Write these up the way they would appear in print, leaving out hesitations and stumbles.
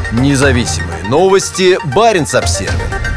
Независимые новости. Баренц-Обсервис.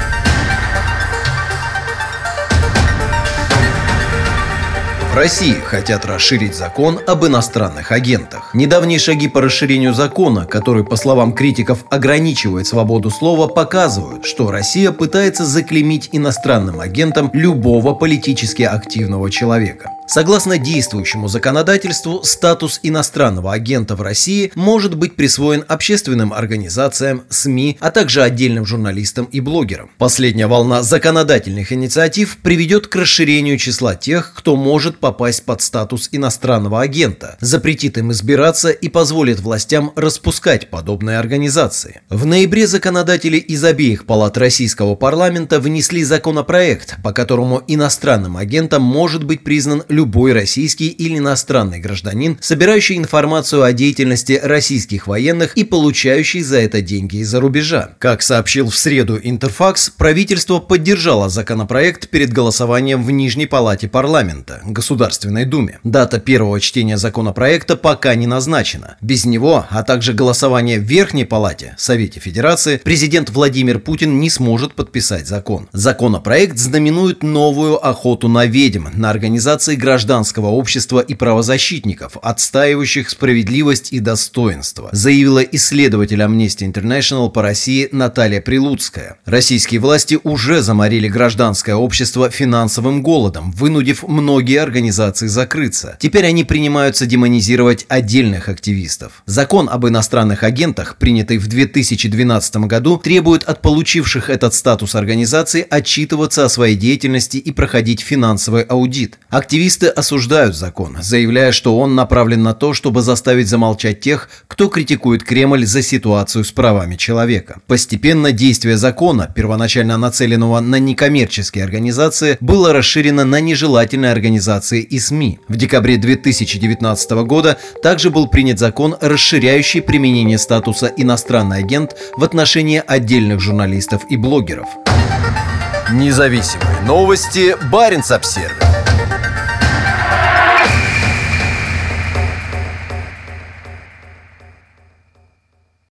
В России хотят расширить закон об иностранных агентах. Недавние шаги по расширению закона, который, по словам критиков, ограничивает свободу слова, показывают, что Россия пытается заклеймить иностранным агентом любого политически активного человека. Согласно действующему законодательству, статус иностранного агента в России может быть присвоен общественным организациям, СМИ, а также отдельным журналистам и блогерам. Последняя волна законодательных инициатив приведет к расширению числа тех, кто может попасть под статус иностранного агента, запретит им избираться и позволит властям распускать подобные организации. В ноябре законодатели из обеих палат российского парламента внесли законопроект, по которому иностранным агентом может быть признан любой российский или иностранный гражданин, собирающий информацию о деятельности российских военных и получающий за это деньги из-за рубежа. Как сообщил в среду Интерфакс, правительство поддержало законопроект перед голосованием в Нижней палате парламента, Государственной Думе. Дата первого чтения законопроекта пока не назначена. Без него, а также голосования в Верхней палате, Совете Федерации, президент Владимир Путин не сможет подписать закон. Законопроект знаменует новую охоту на ведьм, на организации гражданского общества и правозащитников, отстаивающих справедливость и достоинство, заявила исследователь Amnesty International по России Наталья Прилуцкая. Российские власти уже заморили гражданское общество финансовым голодом, вынудив многие организации закрыться. Теперь они принимаются демонизировать отдельных активистов. Закон об иностранных агентах, принятый в 2012 году, требует от получивших этот статус организаций отчитываться о своей деятельности и проходить финансовый аудит. Активисты осуждают закон, заявляя, что он направлен на то, чтобы заставить замолчать тех, кто критикует Кремль за ситуацию с правами человека. Постепенно действие закона, первоначально нацеленного на некоммерческие организации, было расширено на нежелательные организации и СМИ. В декабре 2019 года также был принят закон, расширяющий применение статуса «иностранный агент» в отношении отдельных журналистов и блогеров. Независимые новости. Баренц-Обсервис.